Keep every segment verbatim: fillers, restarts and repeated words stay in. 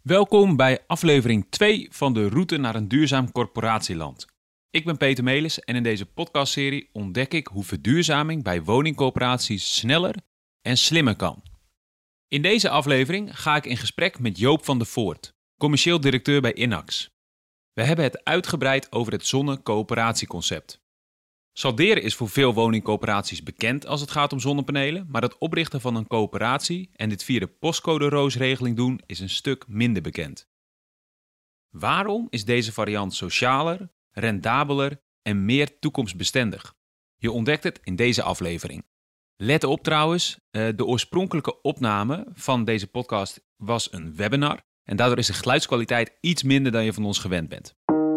Welkom bij aflevering twee van de Route naar een duurzaam corporatieland. Ik ben Peter Melis en in deze podcastserie ontdek ik hoe verduurzaming bij woningcorporaties sneller en slimmer kan. In deze aflevering ga ik in gesprek met Joop van der Voort, commercieel directeur bij Inax. We hebben het uitgebreid over het zonnecoöperatieconcept. Salderen is voor veel woningcoöperaties bekend als het gaat om zonnepanelen, maar het oprichten van een coöperatie en dit via de postcode-roos-regeling doen is een stuk minder bekend. Waarom is deze variant socialer, rendabeler en meer toekomstbestendig? Je ontdekt het in deze aflevering. Let op trouwens, de oorspronkelijke opname van deze podcast was een webinar en daardoor is de geluidskwaliteit iets minder dan je van ons gewend bent.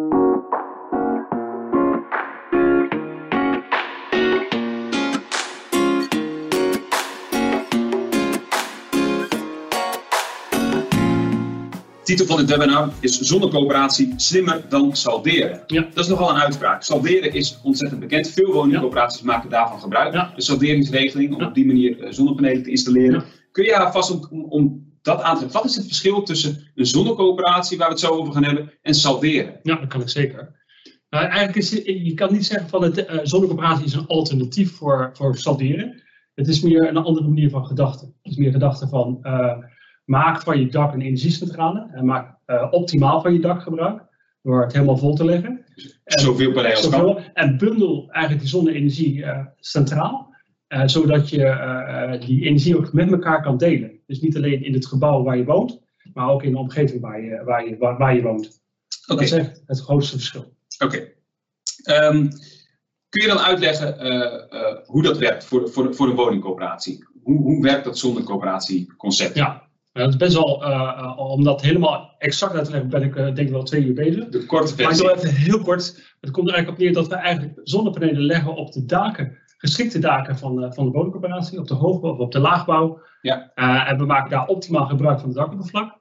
De titel van dit webinar is Zonnecoöperatie slimmer dan salderen. Ja. Dat is nogal een uitspraak. Salderen is ontzettend bekend. Veel woningcoöperaties ja. maken daarvan gebruik. Ja. De salderingsregeling om ja. op die manier zonnepanelen te installeren. Ja. Kun je alvast om, om, om dat aan te geven? Wat is het verschil tussen een zonnecoöperatie, waar we het zo over gaan hebben, en salderen? Ja, dat kan ik zeker. Nou, eigenlijk is je kan niet zeggen van het uh, zonnecoöperatie is een alternatief voor, voor salderen. Het is meer een andere manier van gedachten. Het is meer gedachte van uh, maak van je dak een energiecentrale en maak uh, optimaal van je dak gebruik door het helemaal vol te leggen. En, zoveel panelen als kan. En bundel eigenlijk die zonne-energie uh, centraal, uh, zodat je uh, die energie ook met elkaar kan delen. Dus niet alleen in het gebouw waar je woont, maar ook in de omgeving waar je, waar je, waar, waar je woont. Okay. Dat is echt het grootste verschil. Oké. Okay. Um, kun je dan uitleggen uh, uh, hoe dat werkt voor, voor, voor een woningcoöperatie? Hoe, hoe werkt dat zonnecoöperatieconcept? Ja. Uh, het is best wel, uh, uh, om dat helemaal exact uit te leggen, ben ik uh, denk ik wel twee uur bezig. De korte versie. Maar ik doe even heel kort. Het komt er eigenlijk op neer dat we eigenlijk zonnepanelen leggen op de daken, geschikte daken van, uh, van de woningcoöperatie, op de hoogbouw of op de laagbouw. Ja. Uh, en we maken daar optimaal gebruik van het dakoppervlak.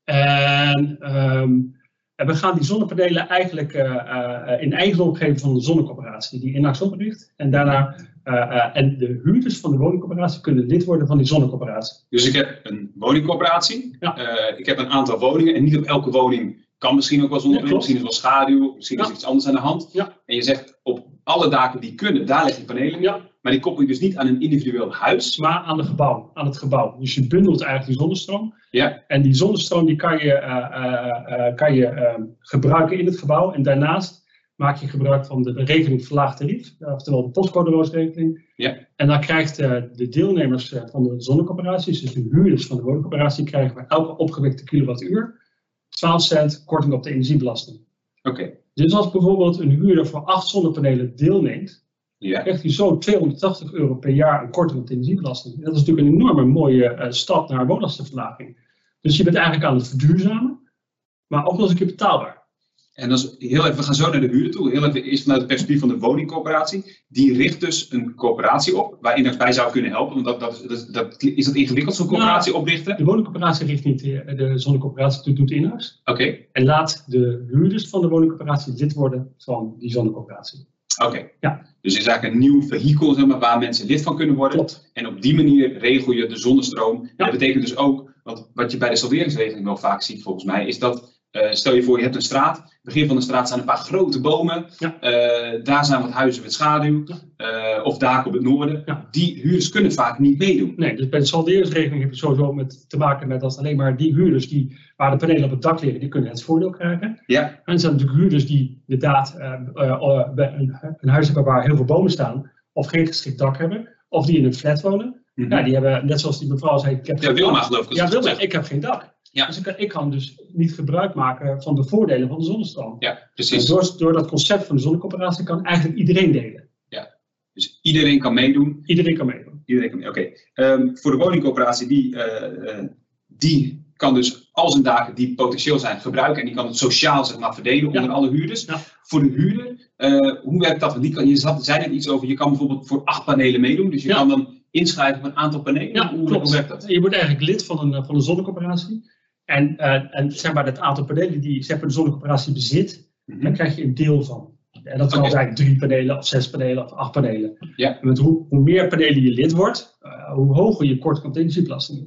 En, um, en we gaan die zonnepanelen eigenlijk uh, uh, in eigendom geven van de zonnecoöperatie die Inax opricht. En daarna Uh, uh, en de huurders van de woningcoöperatie kunnen lid worden van die zonnecoöperatie. Dus ik heb een woningcoöperatie, ja. uh, ik heb een aantal woningen en niet op elke woning kan misschien ook wel zonnepanelen, ja, misschien is wel schaduw, misschien ja. is iets anders aan de hand. Ja. En je zegt op alle daken die kunnen, daar leg je panelen, ja. maar die koppel je dus niet aan een individueel huis. Maar aan, de gebouw, aan het gebouw. Dus je bundelt eigenlijk die zonnestroom. Ja. En die zonnestroom die kan je, uh, uh, uh, kan je uh, gebruiken in het gebouw en daarnaast maak je gebruik van de regeling verlaagd tarief, oftewel de postcode-roos-regeling. Ja. En dan krijgt uh, de deelnemers uh, van de zonnecoöperaties, dus de huurders van de woningcoöperatie, krijgen bij elke opgewekte kilowattuur twaalf cent korting op de energiebelasting. Oké. Okay. Dus als bijvoorbeeld een huurder voor acht zonnepanelen deelneemt, ja. krijgt hij zo tweehonderdtachtig euro per jaar een korting op de energiebelasting. En dat is natuurlijk een enorme mooie uh, stap naar woonlastenverlaging. Dus je bent eigenlijk aan het verduurzamen, maar ook nog eens een keer betaalbaar. En dan is heel even, we gaan zo naar de huurder toe. Heel even eerst vanuit het perspectief van de woningcoöperatie. Die richt dus een coöperatie op, waar Inax bij zou kunnen helpen. Want dat, dat, dat, dat, is dat ingewikkeld, zo'n coöperatie nou, oprichten? De woningcoöperatie richt niet, de zonnecoöperatie doet Inax. Oké. Okay. En laat de huurders van de woningcoöperatie lid worden van die zonnecoöperatie. Oké. Okay. Ja. Dus het is eigenlijk een nieuw vehikel, zeg maar, waar mensen lid van kunnen worden. Klopt. En op die manier regel je de zonnestroom. Ja. Dat betekent dus ook, want wat je bij de salderingsregeling wel vaak ziet volgens mij, is dat Uh, stel je voor, je hebt een straat. Begin van de straat staan een paar grote bomen. Ja. Uh, daar zijn wat huizen met schaduw. Ja. Uh, of daken op het noorden. Ja. Die huurders kunnen vaak niet meedoen. Nee, dus bij de salderingsregeling heb je sowieso met, te maken met dat alleen maar die huurders die, waar de panelen op het dak liggen, die kunnen het voordeel krijgen. Ja. En er zijn natuurlijk huurders die inderdaad uh, uh, uh, een, een huis hebben waar heel veel bomen staan. Of geen geschikt dak hebben. Of die in een flat wonen. Mm-hmm. Ja, die hebben, net zoals die mevrouw zei, ik heb ja, Wilma geloof ik. Ja, Wilma, ik heb geen dak. Ja. Dus ik kan, ik kan dus niet gebruik maken van de voordelen van de zonnestroom. Ja, precies. Door, door dat concept van de zonnecoöperatie kan eigenlijk iedereen delen. Ja, dus iedereen kan meedoen. Iedereen kan meedoen. Iedereen kan meedoen. Oké. Okay. Um, voor de woningcoöperatie, die, uh, uh, die kan dus al zijn daken die potentieel zijn gebruiken. En die kan het sociaal, zeg maar, verdelen onder ja. alle huurders. Ja. Voor de huurder, uh, hoe werkt dat? Want die kan, je zei net iets over, je kan bijvoorbeeld voor acht panelen meedoen. Dus je ja. kan dan inschrijven op een aantal panelen. Ja, hoe, hoe werkt dat? Je wordt eigenlijk lid van een, van een zonnecoöperatie. En, uh, en zeg maar, het aantal panelen die zeg maar, de zonnecoöperatie bezit, mm-hmm. daar krijg je een deel van. En dat kan okay. zijn drie panelen, of zes panelen, of acht panelen. Ja. En met hoe, hoe meer panelen je lid wordt, uh, hoe hoger je korting op de energiebelasting is.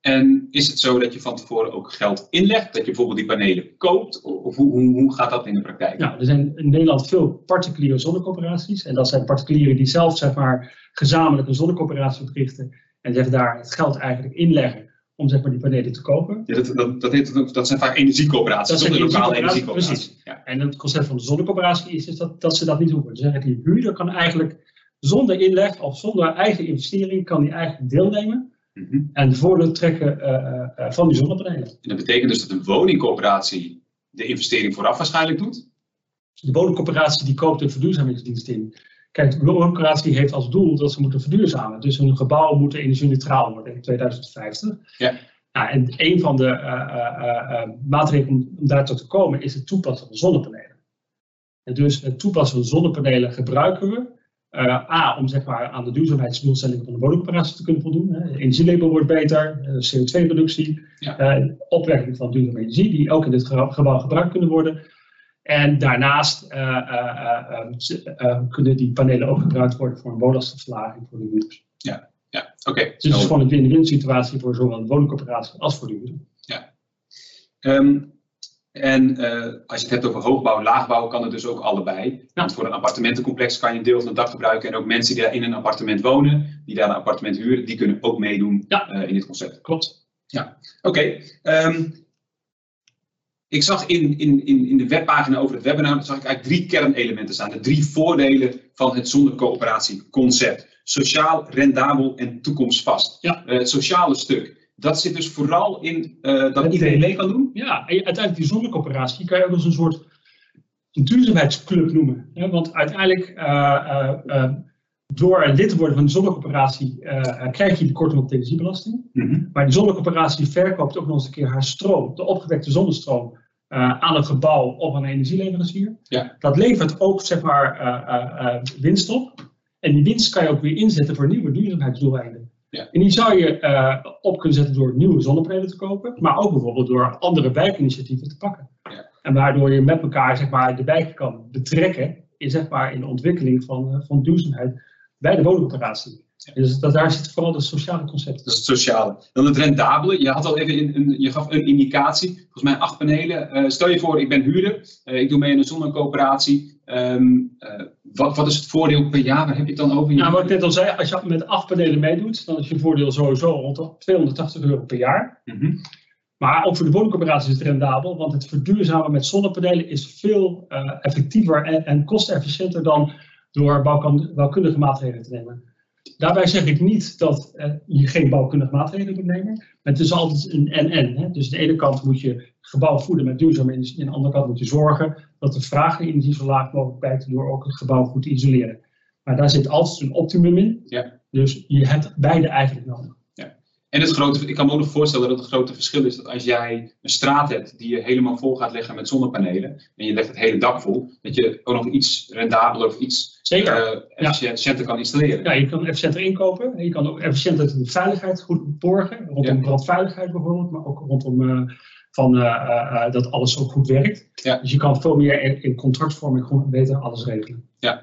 En is het zo dat je van tevoren ook geld inlegt? Dat je bijvoorbeeld die panelen koopt? Of hoe, hoe, hoe gaat dat in de praktijk? Nou, er zijn in Nederland veel particuliere zonnecoöperaties. En dat zijn particulieren die zelf zeg maar, gezamenlijk een zonnecoöperatie oprichten. En zeg, daar het geld eigenlijk inleggen om zeg maar, die panelen te kopen. Ja, dat, dat, dat, heet, dat zijn vaak energiecoöperaties. Dat zijn lokale energiecoöperaties. Precies. Ja. En het concept van de zonnecoöperatie is, is dat, dat ze dat niet hoeven. Dus eigenlijk die huurder kan eigenlijk zonder inleg of zonder eigen investering kan die eigenlijk deelnemen. Mm-hmm. En de voordeel trekken uh, uh, van die zonnepanelen. En dat betekent dus dat een woningcoöperatie de investering vooraf waarschijnlijk doet? De woningcoöperatie die koopt een verduurzamingsdienst in. Kijk, de woningcoöperatie heeft als doel dat ze moeten verduurzamen. Dus hun gebouwen moeten energie-neutraal worden in tweeduizend vijftig. Ja. Nou, en een van de uh, uh, uh, maatregelen om, om daartoe te komen is het toepassen van zonnepanelen. En dus het toepassen van zonnepanelen gebruiken we. Uh, A, om zeg maar, aan de duurzaamheidsdoelstellingen van de woningcoöperatie te kunnen voldoen. Hè. De energielabel wordt beter, uh, C O twee reductie, ja. uh, opwekking van duurzame energie, die ook in dit gebouw gebruikt kunnen worden. En daarnaast uh, uh, uh, uh, kunnen die panelen ook gebruikt worden voor een woonlastenverlaging voor de huurders. Ja, ja. oké. Okay. Dus het is gewoon een win-win situatie voor zowel de woningcoöperatie als voor de huurder. Ja. Um, En uh, als je het hebt over hoogbouw en laagbouw, kan het dus ook allebei. Ja. Want voor een appartementencomplex kan je een deel van het dak gebruiken. En ook mensen die daar in een appartement wonen, die daar een appartement huren, die kunnen ook meedoen ja. uh, in dit concept. Klopt. Ja, oké. Okay. Um, ik zag in, in, in, in de webpagina over het webinar, zag ik eigenlijk drie kernelementen staan. De drie voordelen van het zonnecoöperatieconcept. Sociaal, rendabel en toekomstvast. Ja. Uh, het sociale stuk. Dat zit dus vooral in uh, dat iedereen mee kan doen? Ja, en uiteindelijk die zonnecoöperatie kan je ook als een soort duurzaamheidsclub noemen. Hè? Want uiteindelijk, uh, uh, uh, door lid te worden van de zonnecoöperatie, uh, krijg je de korting op de energiebelasting. Mm-hmm. Maar die zonnecoöperatie verkoopt ook nog eens een keer haar stroom, de opgewekte zonnestroom, uh, aan een gebouw of aan een energieleverancier. Ja. Dat levert ook zeg maar, uh, uh, uh, winst op. En die winst kan je ook weer inzetten voor nieuwe duurzaamheidsdoeleinden. Ja. En die zou je uh, op kunnen zetten door nieuwe zonnepanelen te kopen, maar ook bijvoorbeeld door andere wijkinitiatieven te pakken. Ja. En waardoor je met elkaar zeg maar, de wijk kan betrekken in, zeg maar, in de ontwikkeling van, uh, van duurzaamheid bij de woningcoöperatie. Ja. Dus dat, daar zit vooral het sociale concept. Dat is het sociale. Dan het rendabele. Je had al even in, een, je gaf een indicatie. Volgens mij acht panelen. Uh, stel je voor, ik ben huurder. Uh, ik doe mee in een zonnecoöperatie. Um, uh, wat, wat is het voordeel per jaar? Waar heb je het dan over? Nou, wat ik net al zei, als je met acht panelen meedoet, dan is je voordeel sowieso rond tweehonderdtachtig euro per jaar. Mm-hmm. Maar ook voor de woningcoöperatie is het rendabel, want het verduurzamen met zonnepanelen is veel uh, effectiever en, en kostefficiënter dan door bouwkundige maatregelen te nemen. Daarbij zeg ik niet dat uh, je geen bouwkundige maatregelen moet nemen, maar het is altijd een en-en. Dus aan de ene kant moet je het gebouw voeden met duurzame energie, en aan de andere kant moet je zorgen dat de vraag naar energie zo laag mogelijk blijft door ook het gebouw goed te isoleren. Maar daar zit altijd een optimum in, ja. Dus je hebt beide eigenlijk nodig. Ja. En het grote, ik kan me ook nog voorstellen dat het grote verschil is dat als jij een straat hebt die je helemaal vol gaat leggen met zonnepanelen en je legt het hele dak vol, dat je ook nog iets rendabeler of iets uh, efficiënter ja. kan installeren. Ja, je kan efficiënter inkopen en je kan ook efficiënter de veiligheid goed borgen, rondom ja. brandveiligheid bijvoorbeeld, maar ook rondom uh, van, uh, uh, dat alles ook goed werkt. Ja. Dus je kan veel meer in, in contractvorming gewoon beter alles regelen. Ja.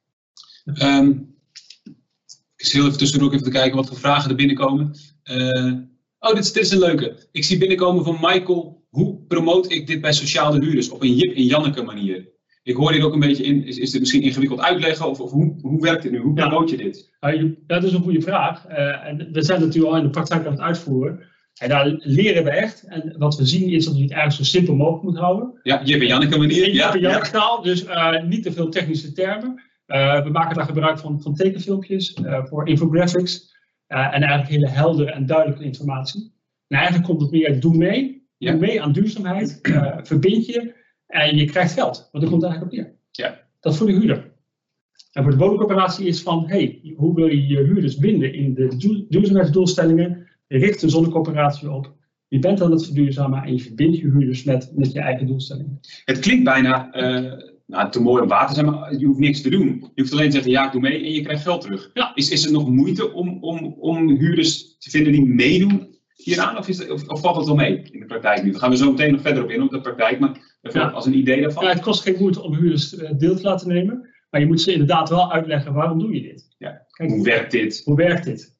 Um, ik zit heel even tussendoor even te kijken wat voor vragen er binnenkomen. Uh, oh, dit is, dit is een leuke. Ik zie binnenkomen van Michael. Hoe promote ik dit bij sociale huurders op een Jip en Janneke manier? Ik hoor hier ook een beetje in. Is, is dit misschien ingewikkeld uitleggen? Of, of hoe, hoe werkt dit nu? Hoe promote je dit? Ja, ja, dat is een goede vraag. Uh, en we zijn natuurlijk al in de praktijk aan het uitvoeren. En daar leren we echt. En wat we zien is dat je het eigenlijk zo simpel mogelijk moet houden. Ja, Jip en Janneke manier. Jip en Janneke taal. Dus uh, niet te veel technische termen. Uh, we maken daar gebruik van, van tekenfilmpjes uh, voor infographics uh, en eigenlijk hele heldere en duidelijke informatie. En eigenlijk komt het meer, doe mee, ja. doe mee aan duurzaamheid, uh, verbind je en je krijgt geld. Want dat komt eigenlijk op neer. Ja. Dat is voor de huurder. En voor de woningcoöperatie is van, hey, hoe wil je je huurders binden in de duurzaamheidsdoelstellingen? Richt een zonnecoöperatie op. Je bent aan het verduurzamen en je verbindt je huurders met, met je eigen doelstellingen. Het klinkt bijna... Uh... Nou, te mooi om waar te zijn, maar je hoeft niks te doen. Je hoeft alleen te zeggen, ja, ik doe mee en je krijgt geld terug. Ja. Is, is er nog moeite om, om, om huurders te vinden die meedoen hieraan? Of, is het, of, of valt het wel mee in de praktijk nu? Daar gaan we zo meteen nog verder op in, op de praktijk, maar even ja. als een idee daarvan. Ja, het kost geen moeite om huurders deel te laten nemen, maar je moet ze inderdaad wel uitleggen, waarom doe je dit? Ja. Kijk, hoe werkt dit? Hoe werkt dit?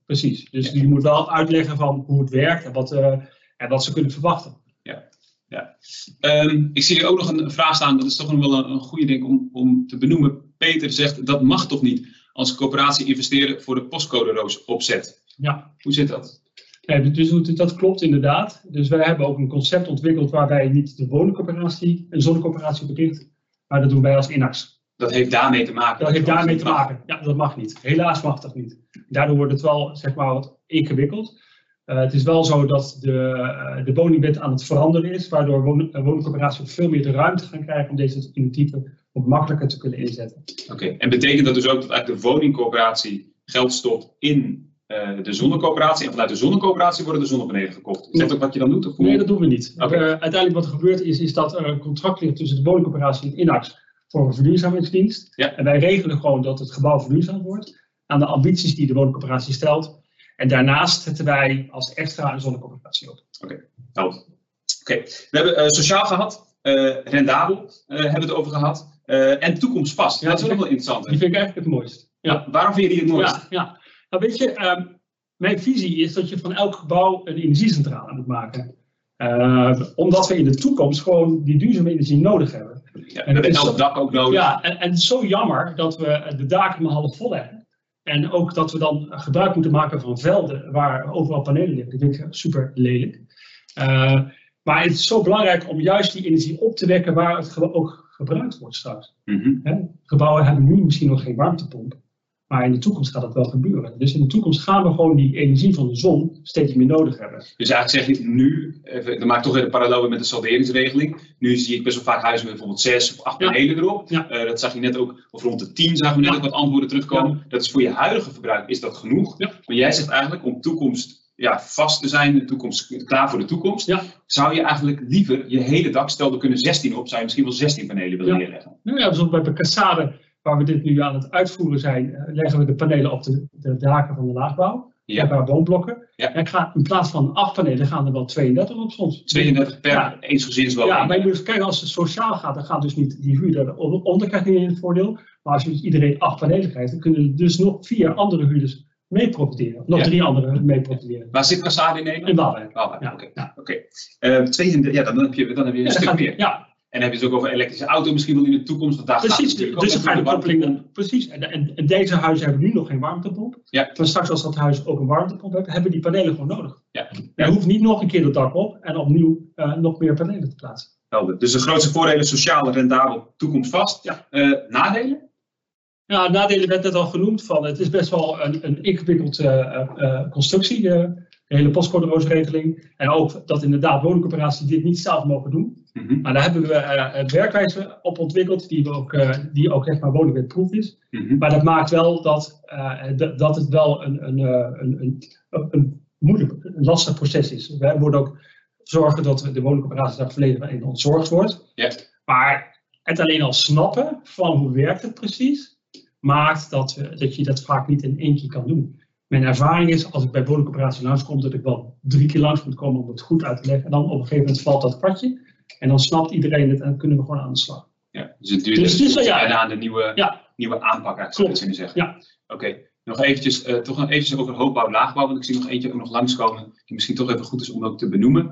precies. Dus ja. Je moet wel uitleggen van hoe het werkt en wat, uh, en wat ze kunnen verwachten. Ja. Ja. Um, ik zie hier ook nog een vraag staan, dat is toch nog wel een, een goede ding om, om te benoemen. Peter zegt, dat mag toch niet als coöperatie investeren voor de postcode-roos opzet? Ja. Hoe zit dat? Ja, dus dat klopt inderdaad. Dus wij hebben ook een concept ontwikkeld waarbij niet de woningcoöperatie een zonnecoöperatie bericht, maar dat doen wij als Inax. Dat heeft daarmee te maken? Dat heeft daarmee te maken. Ja, dat mag niet. Helaas mag dat niet. Daardoor wordt het wel, zeg maar, wat ingewikkeld. Uh, het is wel zo dat de, uh, de woningwet aan het veranderen is, waardoor won uh, woningcoöperaties ook veel meer de ruimte gaan krijgen om deze initiatieven wat makkelijker te kunnen inzetten. Oké, okay. En betekent dat dus ook dat eigenlijk de woningcoöperatie geld stopt in uh, de zonnecoöperatie en vanuit de zonnecoöperatie worden de zonnepanelen gekocht? Is dat ook wat je dan doet? Of nee, dat doen we niet. Okay. Uh, uiteindelijk wat er gebeurt is, is dat er een contract ligt tussen de woningcoöperatie en Inax voor een verduurzamingsdienst. Ja. En wij regelen gewoon dat het gebouw verduurzaamd wordt aan de ambities die de woningcoöperatie stelt. En daarnaast zetten wij als extra een zonnecoöperatie op. Oké, okay. oh. okay. We hebben uh, sociaal gehad, uh, rendabel uh, hebben we het over gehad uh, en toekomstvast. Ja, dat is ook wel interessant. Die vind ik eigenlijk het mooist. Ja. Waarom vind je die het mooist? Ja, ja. Nou, weet je, um, mijn visie is dat je van elk gebouw een energiecentrale moet maken. Uh, omdat we in de toekomst gewoon die duurzame energie nodig hebben. Ja, en dat is elk dak ook nodig. Ja, en, en het is zo jammer dat we de daken maar half vol hebben. En ook dat we dan gebruik moeten maken van velden waar overal panelen liggen. Dat vind ik super lelijk. Uh, maar het is zo belangrijk om juist die energie op te wekken waar het ge ook gebruikt wordt straks. Mm-hmm. He, gebouwen hebben nu misschien nog geen warmtepomp. Maar in de toekomst gaat dat wel gebeuren. Dus in de toekomst gaan we gewoon die energie van de zon steeds meer nodig hebben. Dus eigenlijk zeg je nu, even, dan maak ik toch even een parallel met de salderingsregeling. Nu zie ik best wel vaak huizen met bijvoorbeeld zes of acht ja. panelen erop. Ja. Uh, dat zag je net ook, of rond de tien zagen we net ja. ook wat antwoorden terugkomen. Ja. Dat is voor je huidige verbruik is dat genoeg. Ja. Maar jij zegt eigenlijk om toekomst ja, vast te zijn, de toekomst, klaar voor de toekomst. Ja. Zou je eigenlijk liever je hele dak, stel er kunnen zestien op, zou je misschien wel zestien panelen willen ja. neerleggen? Nou ja, bijvoorbeeld bij Cassade, waar we dit nu aan het uitvoeren zijn, leggen we de panelen op de, de daken van de laagbouw. Ja. Een paar woonblokken. Ja. En ik ga, in plaats van acht panelen gaan er wel tweeëndertig op soms. tweeëndertig per ja. eensgezinswoning. Ja, maar je moet kijken, als het sociaal gaat, dan gaat dus niet die huurder onder krijgt niet in het voordeel. Maar als je dus iedereen acht panelen krijgt, dan kunnen er dus nog vier andere huurders mee profiteren. Nog ja. drie anderen mee profiteren. Waar zit Cassade in Nederland? In Waalwijk. Waalwijk, ja. oké. Okay. Ja. Okay. Uh, tweeëndertig, ja, dan heb je, dan heb je een ja, stuk meer. Ja. En dan heb je het ook over elektrische auto misschien wel in de toekomst. Want daar precies, gaat dus ga je de koppeling. Precies, en, en, en deze huizen hebben nu nog geen warmtepomp. Ja. Maar straks als dat huis ook een warmtepomp heeft, hebben die panelen gewoon nodig. Ja. Je hoeft niet nog een keer het dak op en opnieuw uh, nog meer panelen te plaatsen. Helder. Dus de grootste voordelen, sociaal, rendabel, toekomstvast. Ja. Uh, nadelen? Ja, nadelen werd net al genoemd. Van, het is best wel een, een ingewikkelde uh, uh, constructie. Uh, de hele postcode-roosregeling. En ook dat inderdaad woningcoöperaties dit niet zelf mogen doen. Mm-hmm. Maar daar hebben we uh, een werkwijze op ontwikkeld die ook, uh, die ook echt maar woningwetproof is. Mm-hmm. Maar dat maakt wel dat, uh, d- dat het wel een, een, een, een, een, een moeilijk, een lastig proces is. We moeten ook zorgen dat de woningcoöperatie daar volledig in ontzorgd wordt. Yeah. Maar het alleen al snappen van hoe werkt het precies, maakt dat, we, dat je dat vaak niet in één keer kan doen. Mijn ervaring is, als ik bij woningcoöperatie langskom, dat ik wel drie keer langs moet komen om het goed uit te leggen. En dan op een gegeven moment valt dat kwartje. En dan snapt iedereen het en dan kunnen we gewoon aan de slag. Ja, dus het duurt dus, dus, dus ja, aan de nieuwe, ja. nieuwe aanpak eigenlijk, zou je kunnen zeggen. Ja. Oké, okay. Nog eventjes, uh, toch nog eventjes over hoogbouw, laagbouw, want ik zie nog eentje ook nog langskomen, die misschien toch even goed is om ook te benoemen.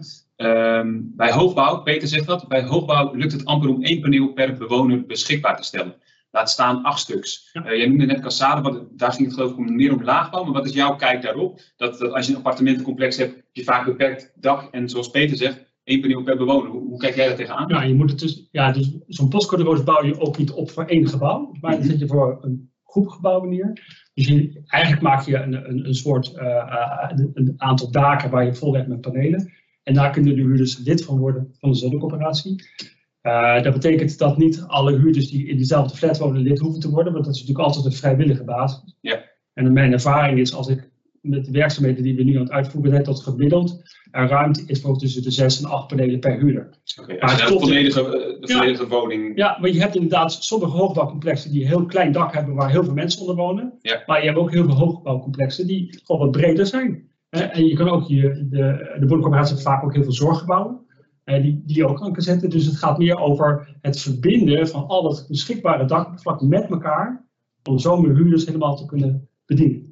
Um, bij hoogbouw, Peter zegt dat, bij hoogbouw lukt het amper om één paneel per bewoner beschikbaar te stellen. Laat staan acht stuks. Ja. Uh, jij noemde net Cassade, wat, daar ging het geloof ik om meer om laagbouw. Maar wat is jouw kijk daarop? Dat, dat als je een appartementencomplex hebt, heb je vaak beperkt dak. En zoals Peter zegt, één paneel per bewoner. Hoe, hoe kijk jij daar tegenaan? Ja, je moet het dus, ja, dus zo'n postcode-roos bouw je ook niet op voor één gebouw. Maar dat zet je voor een groep gebouwen neer. Dus je, eigenlijk maak je een, een, een soort uh, uh, een aantal daken waar je vol hebt met panelen. En daar kunnen de huurders lid van worden van de zonnecoöperatie. Uh, dat betekent dat niet alle huurders die in dezelfde flat wonen lid hoeven te worden, want dat is natuurlijk altijd een vrijwillige basis. Ja. En mijn ervaring is, als ik met de werkzaamheden die we nu aan het uitvoeren zijn, tot gemiddeld er ruimte is voor tussen de zes en acht panelen per huurder. Oké, okay, de volledige, de volledige ja, woning. Ja, maar je hebt inderdaad sommige hoogbouwcomplexen die een heel klein dak hebben waar heel veel mensen onder wonen. Ja. Maar je hebt ook heel veel hoogbouwcomplexen die gewoon wat breder zijn. En je kan ook hier, de, de woningcorporatie heeft vaak ook heel veel zorggebouwen. Die, die je ook aan kan zetten. Dus het gaat meer over het verbinden van al dat beschikbare dakoppervlak met elkaar. Om zo mijn huurders helemaal te kunnen bedienen.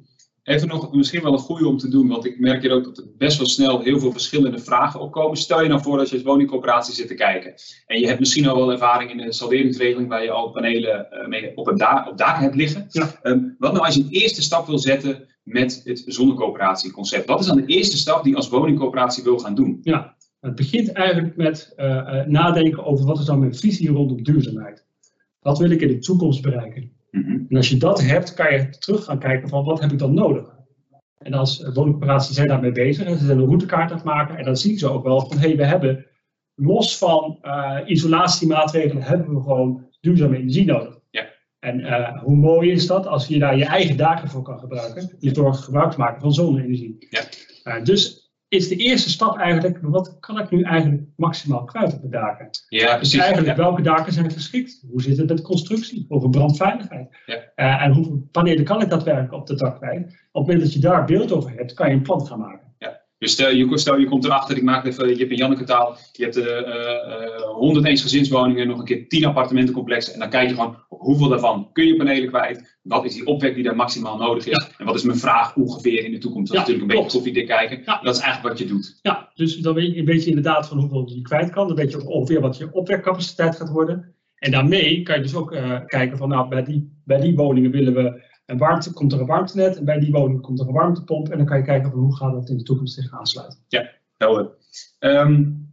Even nog misschien wel een goede om te doen, want ik merk hier ook dat er best wel snel heel veel verschillende vragen opkomen. Stel je nou voor dat je als woningcoöperatie zit te kijken en je hebt misschien al wel ervaring in de salderingsregeling waar je al panelen uh, mee op, da op daken hebt liggen. Ja. Um, wat nou als je een eerste stap wil zetten met het zonnecoöperatieconcept? Wat is dan de eerste stap die je als woningcoöperatie wil gaan doen? Ja, het begint eigenlijk met uh, uh, nadenken over wat is dan mijn visie rondom duurzaamheid. Wat wil ik in de toekomst bereiken? Mm-hmm. En als je dat hebt, kan je terug gaan kijken van wat heb ik dan nodig? En als woningcoöperaties zijn daarmee bezig en ze zijn een routekaart aan het maken en dan zien ze ook wel van hé, hey, we hebben los van uh, isolatiemaatregelen hebben we gewoon duurzame energie nodig. Ja. En uh, hoe mooi is dat als je daar je eigen daken voor kan gebruiken, je door gebruik te maken van zonne-energie. Ja. Uh, dus is de eerste stap eigenlijk, wat kan ik nu eigenlijk maximaal kwijt op de daken? Ja, precies. Dus eigenlijk ja. welke daken zijn geschikt? Hoe zit het met constructie? Over brandveiligheid? Ja. Uh, en hoeveel panelen kan ik daadwerkelijk op de dak kwijt? Op het moment dat je daar beeld over hebt, kan je een plan gaan maken. Ja. Dus stel je, stel je komt erachter, ik maak even, je hebt in Janneke taal, je hebt uh, uh, honderd eensgezinswoningen, nog een keer tien appartementencomplexen en dan kijk je gewoon hoeveel daarvan kun je panelen kwijt, wat is die opwek die daar maximaal nodig is ja. en wat is mijn vraag ongeveer in de toekomst. Dat is ja, natuurlijk een beetje koffiedik kijken, ja. dat is eigenlijk wat je doet. Ja, dus dan weet je, weet je inderdaad van hoeveel je kwijt kan, dan weet je ongeveer wat je opwekcapaciteit gaat worden en daarmee kan je dus ook uh, kijken van nou bij die, bij die woningen willen we En warmte, komt er een warmtenet en bij die woning komt er een warmtepomp. En dan kan je kijken van hoe gaat dat in de toekomst tegen aansluiten. Ja, helder. Um,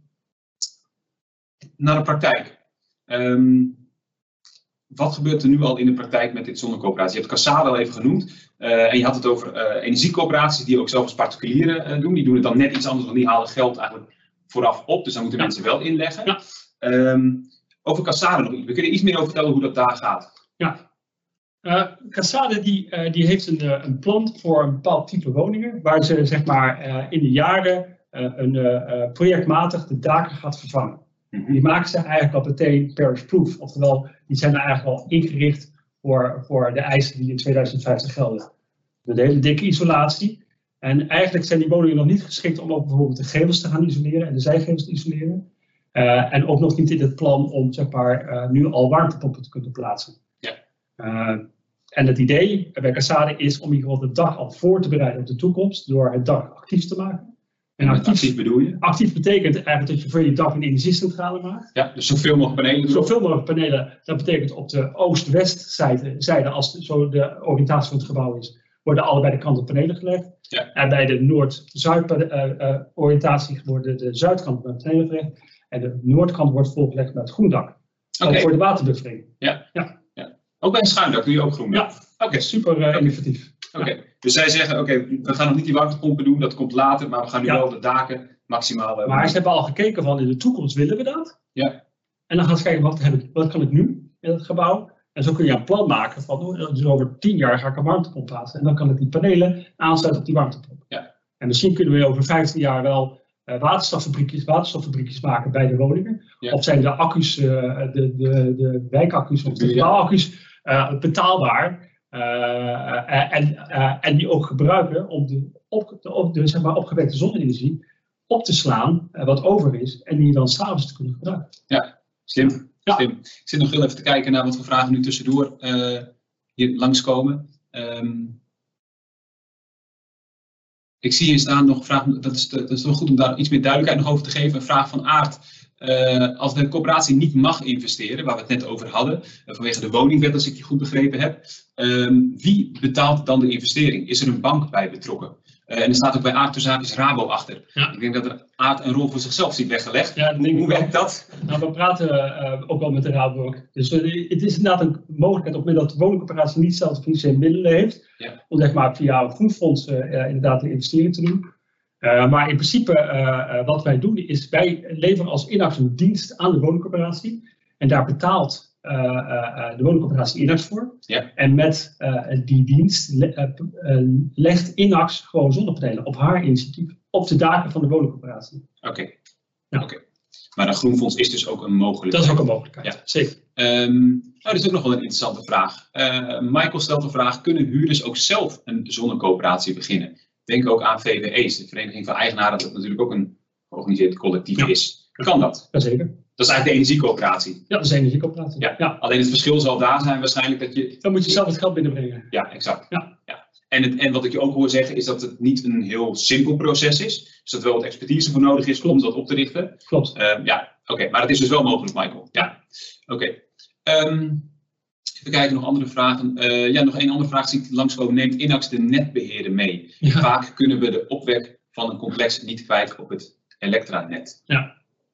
naar de praktijk. Um, wat gebeurt er nu al in de praktijk met dit zonnecoöperatie? Je hebt Cassade al even genoemd. Uh, en je had het over uh, energiecoöperaties die ook zelf als particulieren uh, doen. Die doen het dan net iets anders, want die halen geld eigenlijk vooraf op. Dus dan moeten ja. mensen wel inleggen. Ja. Um, over Cassade nog iets. We kunnen iets meer over vertellen hoe dat daar gaat. Ja. Uh, Cassade die, uh, die heeft een, uh, een plan voor een bepaald type woningen, waar ze zeg maar uh, in de jaren uh, een uh, projectmatig de daken gaat vervangen. Mm-hmm. Die maken ze eigenlijk al meteen parish-proof, oftewel die zijn er eigenlijk al ingericht voor, voor de eisen die in tweeduizend vijftig gelden. Een hele dikke isolatie. En eigenlijk zijn die woningen nog niet geschikt om ook bijvoorbeeld de gevels te gaan isoleren en de zijgevels te isoleren. Uh, en ook nog niet in het plan om zeg maar uh, nu al warmtepompen te kunnen plaatsen. Uh, en het idee bij Cassade is om in ieder geval het dak al voor te bereiden op de toekomst door het dak actief te maken. En actief, actief bedoel je? Actief betekent eigenlijk dat je voor je dak een energiecentrale maakt. Ja, dus zoveel mogelijk panelen. Zoveel mogelijk panelen, dat betekent op de oost-west zijde, als de, zo de oriëntatie van het gebouw is, worden allebei de kanten panelen gelegd. Ja. En bij de noord-zuid uh, uh, oriëntatie worden de zuidkant met panelen gelegd. En de noordkant wordt volgelegd met groendak. Okay. Ook voor de waterbuffering. Ja. Ja. Ook bij een schuindak doe je ook groen? Ja, oké, okay, super uh, innovatief. Oké, okay. Dus zij zeggen, oké, okay, we gaan nog niet die warmtepompen doen, dat komt later, maar we gaan nu ja. wel de daken maximaal... Uh, maar ze hebben al gekeken van, in de toekomst willen we dat. Ja. En dan gaan ze kijken, wat, heb ik, wat kan ik nu in het gebouw? En zo kun je een plan maken van, dus over tien jaar ga ik een warmtepomp plaatsen. En dan kan ik die panelen aansluiten op die warmtepomp. Ja. En misschien kunnen we over vijftien jaar wel uh, waterstoffabriekjes, waterstoffabriekjes maken bij de woningen. Ja. Of zijn de accu's, uh, de, de, de wijkaccu's of de gebouwaccu's Uh, betaalbaar uh, uh, en, uh, en die ook gebruiken om de, op, de, op, de zeg maar, opgewekte zonne-energie op te slaan, uh, wat over is, en die dan s'avonds te kunnen gebruiken. Ja, slim. Ja. slim. Ik zit nog heel even te kijken naar wat voor vragen nu tussendoor uh, hier langskomen. Um, ik zie hier staan nog een vraag, dat is, dat is wel goed om daar iets meer duidelijkheid nog over te geven. Een vraag van Aart. Uh, als de corporatie niet mag investeren, waar we het net over hadden, uh, vanwege de woningwet, als ik je goed begrepen heb, um, wie betaalt dan de investering? Is er een bank bij betrokken? Uh, en er staat ook bij Aart ter Zake Rabo achter. Ja. Ik denk dat er Aart een rol voor zichzelf ziet weggelegd. Ja, hoe hoe werkt dat? Nou, we praten uh, ook wel met de Rabo. Dus uh, het is inderdaad een mogelijkheid op het moment dat de woningcorporatie niet zelf financiële middelen heeft, ja. om zeg maar via een groenfonds uh, inderdaad de investering te doen. Uh, maar in principe uh, uh, wat wij doen is, wij leveren als Inax een dienst aan de woningcorporatie. En daar betaalt uh, uh, de woningcorporatie Inax voor. Ja. En met uh, die dienst le uh, uh, legt Inax gewoon zonnepanelen op haar initiatief op de daken van de woningcorporatie. Oké. Okay. Ja. Okay. Maar een groenfonds is dus ook een mogelijkheid. Dat is ook een mogelijkheid, ja. Zeker. Um, nou, dat is ook nog wel een interessante vraag. Uh, Michael stelt de vraag, kunnen huurders ook zelf een zonnecoöperatie beginnen? Denk ook aan V W E's, de Vereniging van Eigenaren, dat natuurlijk ook een georganiseerd collectief ja. is. Kan dat? Jazeker. Dat is eigenlijk de energiecoöperatie. Ja, dat is de energiecoöperatie. Ja. Ja. Alleen het verschil zal daar zijn waarschijnlijk dat je... Dan moet je zelf het geld binnenbrengen. Ja, exact. Ja. Ja. En, het, en wat ik je ook hoor zeggen is dat het niet een heel simpel proces is. Dus dat er wel wat expertise voor nodig is om dat op te richten. Klopt. Uh, ja, oké. Okay. Maar het is dus wel mogelijk, Michael. Ja, oké. Okay. Um, even kijken, nog andere vragen. Uh, ja, nog één andere vraag zie ik langskomen. Neemt Inax de netbeheerder mee? Ja. Vaak kunnen we de opwek van een complex niet kwijt op het elektranet. Ja.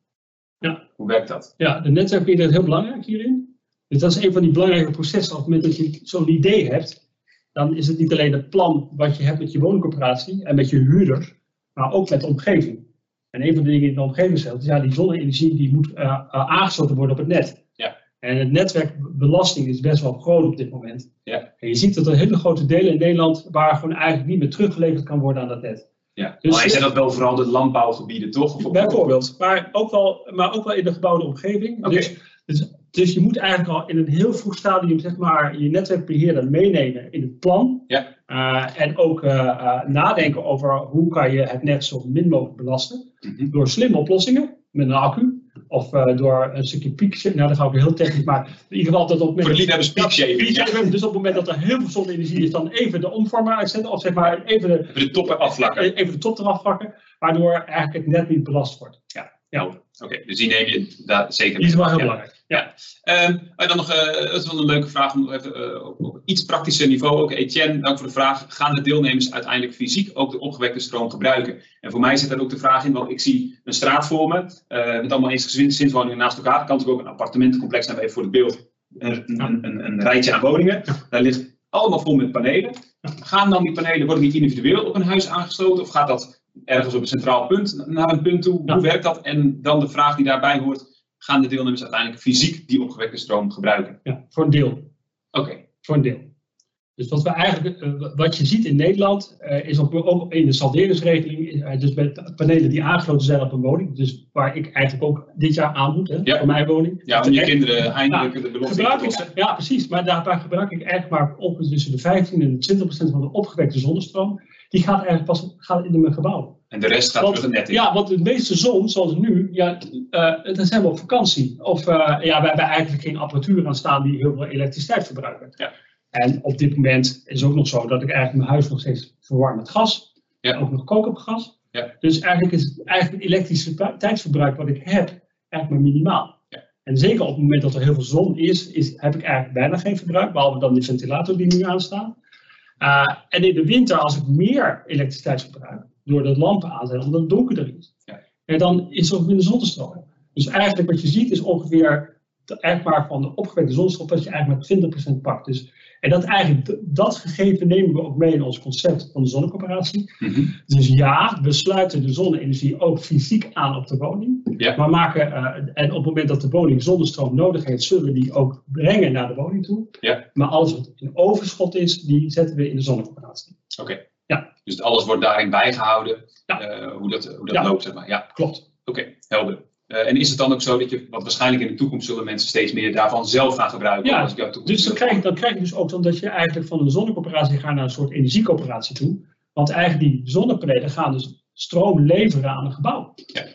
Ja. Hoe werkt dat? Ja, de netwerkbeheerder is heel belangrijk hierin. Dus dat is een van die belangrijke processen. Op het moment dat je zo'n idee hebt, dan is het niet alleen het plan wat je hebt met je woningcorporatie en met je huurders, maar ook met de omgeving. En een van de dingen in de omgeving zegt, is ja, die zonne-energie die moet uh, uh, aangesloten worden op het net. Ja. En het netwerkbelasting is best wel groot op dit moment. Ja. En je ziet dat er hele grote delen in Nederland waar gewoon eigenlijk niet meer teruggeleverd kan worden aan dat net. Ja. Dus, maar zijn dat wel vooral de landbouwgebieden, toch? Of bijvoorbeeld, maar ook, wel, maar ook wel in de gebouwde omgeving. Okay. Dus, dus, dus je moet eigenlijk al in een heel vroeg stadium zeg maar, je netwerkbeheerder meenemen in het plan. Ja. Uh, en ook uh, uh, nadenken over hoe kan je het net zo min mogelijk belasten. Mm-hmm. Door slimme oplossingen, met een accu. Of uh, door een stukje piekshaving. Nou, dat ga ik weer heel technisch, maar in ieder geval dat op het moment... Voor de liefhebbers piekshaving. Ja, ja. Dus op het moment dat er heel veel zonne-energie is, dan even de omvormer uitzetten. Of zeg maar even de, even de top eraf vlakken. Even de top eraf vlakken, waardoor eigenlijk het net niet belast wordt. Ja. Ja. Oké, okay, dus die neem je daar zeker mee. Die is wel heel ja. belangrijk. Ja. Ja. Um, en dan nog, uh, dat is wel een leuke vraag om even uh, op, op iets praktischer niveau. Ook Etienne, dank voor de vraag. Gaan de deelnemers uiteindelijk fysiek ook de opgewekte stroom gebruiken? En voor mij zit daar ook de vraag in, want ik zie een straat voor me, uh, met allemaal eensgezinswoningen naast elkaar. Dat kan natuurlijk ook een appartementencomplex zijn, even voor het beeld. Een, een, een, een rijtje aan woningen. Daar ligt allemaal vol met panelen. Gaan dan die panelen, worden die individueel op een huis aangesloten? Of gaat dat ergens op een centraal punt naar een punt toe? Hoe werkt dat? En dan de vraag die daarbij hoort. Gaan de deelnemers uiteindelijk fysiek die opgewekte stroom gebruiken? Ja, voor een deel. Oké. Okay. Voor een deel. Dus wat we eigenlijk, uh, wat je ziet in Nederland, uh, is ook, ook in de salderingsregeling, uh, dus met panelen die aangesloten zijn op een woning, dus waar ik eigenlijk ook dit jaar aan moet, hè, ja. voor mijn woning. Ja, om je echt, kinderen eindelijk nou, de belofte te Ja, precies, maar daarbij gebruik ik eigenlijk maar ongeveer tussen de vijftien en de twintig procent van de opgewekte zonnestroom, die gaat eigenlijk pas gaat in mijn gebouw. En de rest gaat want, terug het net in. Ja, want de meeste zon, zoals nu, ja, uh, dan zijn we op vakantie. Of uh, ja, we hebben eigenlijk geen apparatuur aan staan die heel veel elektriciteit verbruiken. Ja. En op dit moment is het ook nog zo dat ik eigenlijk mijn huis nog steeds verwarm met gas. Ja. Ook nog kook op gas. Ja. Dus eigenlijk is het, eigenlijk het elektriciteitsverbruik wat ik heb eigenlijk maar minimaal. Ja. En zeker op het moment dat er heel veel zon is, is heb ik eigenlijk bijna geen verbruik. Behalve dan de ventilator die nu aanstaat. Uh, en in de winter, als ik meer elektriciteit verbruik, door de lampen aan te zetten, omdat het donkerder is, ja. en dan is er ook minder zonnestroom. Dus eigenlijk wat je ziet is ongeveer eigenlijk maar van de opgewekte zonnestroom dat je eigenlijk maar twintig procent pakt. Dus, en dat, eigenlijk, dat gegeven nemen we ook mee in ons concept van de zonnecoöperatie. Mm-hmm. Dus ja, we sluiten de zonne-energie ook fysiek aan op de woning. Ja. Maar maken, uh, en op het moment dat de woning zonnestroom nodig heeft, zullen we die ook brengen naar de woning toe. Ja. Maar alles wat in overschot is, die zetten we in de zonnecoöperatie. Oké. Okay. Ja. Dus alles wordt daarin bijgehouden, ja. uh, hoe dat, hoe dat ja. loopt, zeg maar. Ja, klopt. Oké, okay, helder. Uh, en is het dan ook zo dat je, want waarschijnlijk in de toekomst zullen mensen steeds meer daarvan zelf gaan gebruiken? Ja, als ik jou dus dan krijg, je, dan krijg je dus ook dan dat je eigenlijk van een zonnecoöperatie gaat naar een soort energiecoöperatie toe. Want eigenlijk die zonnepanelen gaan dus stroom leveren aan een gebouw. Ja.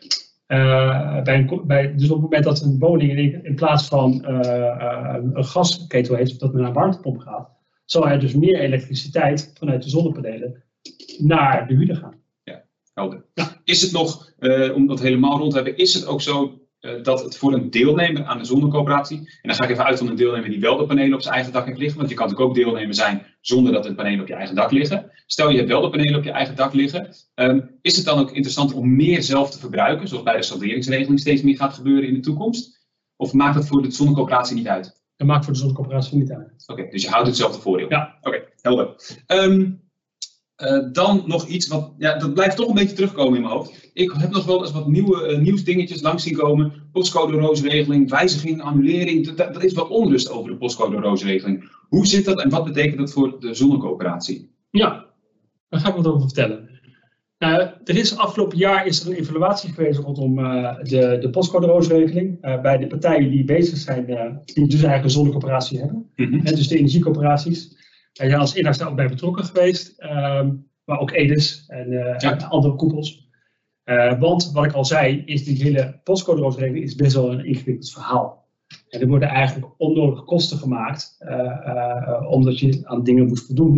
Uh, bij een, bij, dus op het moment dat een woning in, in plaats van uh, uh, een gasketel heeft, of dat men naar een warmtepomp gaat, zal er dus meer elektriciteit vanuit de zonnepanelen naar de huurder gaan. Ja. Is het nog, uh, om dat helemaal rond te hebben, is het ook zo uh, dat het voor een deelnemer aan de zonnecoöperatie, en dan ga ik even uit van een deelnemer die wel de panelen op zijn eigen dak heeft liggen, want je kan natuurlijk ook deelnemer zijn zonder dat de panelen op je eigen dak liggen. Stel je hebt wel de panelen op je eigen dak liggen, um, is het dan ook interessant om meer zelf te verbruiken, zoals bij de salderingsregeling steeds meer gaat gebeuren in de toekomst? Of maakt dat voor de zonnecoöperatie niet uit? Dat maakt voor de zonnecoöperatie niet uit. Oké, okay, dus je houdt hetzelfde voordeel? Ja. Oké, okay, helder. Um, Uh, dan nog iets, wat, ja, dat blijft toch een beetje terugkomen in mijn hoofd. Ik heb nog wel eens wat nieuwe uh, nieuwsdingetjes langs zien komen. Postcode roosregeling, wijziging, annulering. Dat, dat is wat onrust over de postcode roosregeling. Hoe zit dat en wat betekent dat voor de zonnecoöperatie? Ja, daar ga ik wat over vertellen. Nou, er is afgelopen jaar is er een evaluatie geweest rondom uh, de, de postcode roosregeling. Uh, bij de partijen die bezig zijn, uh, die dus eigenlijk een zonnecoöperatie hebben. Mm-hmm. En dus de energiecoöperaties. Wij zijn als Inax daar ook bij betrokken geweest, um, maar ook Edes en, uh, ja. en andere koepels. Uh, want wat ik al zei, is die hele postcode roosregeling is best wel een ingewikkeld verhaal. En er worden eigenlijk onnodige kosten gemaakt, uh, uh, omdat je aan dingen moet voldoen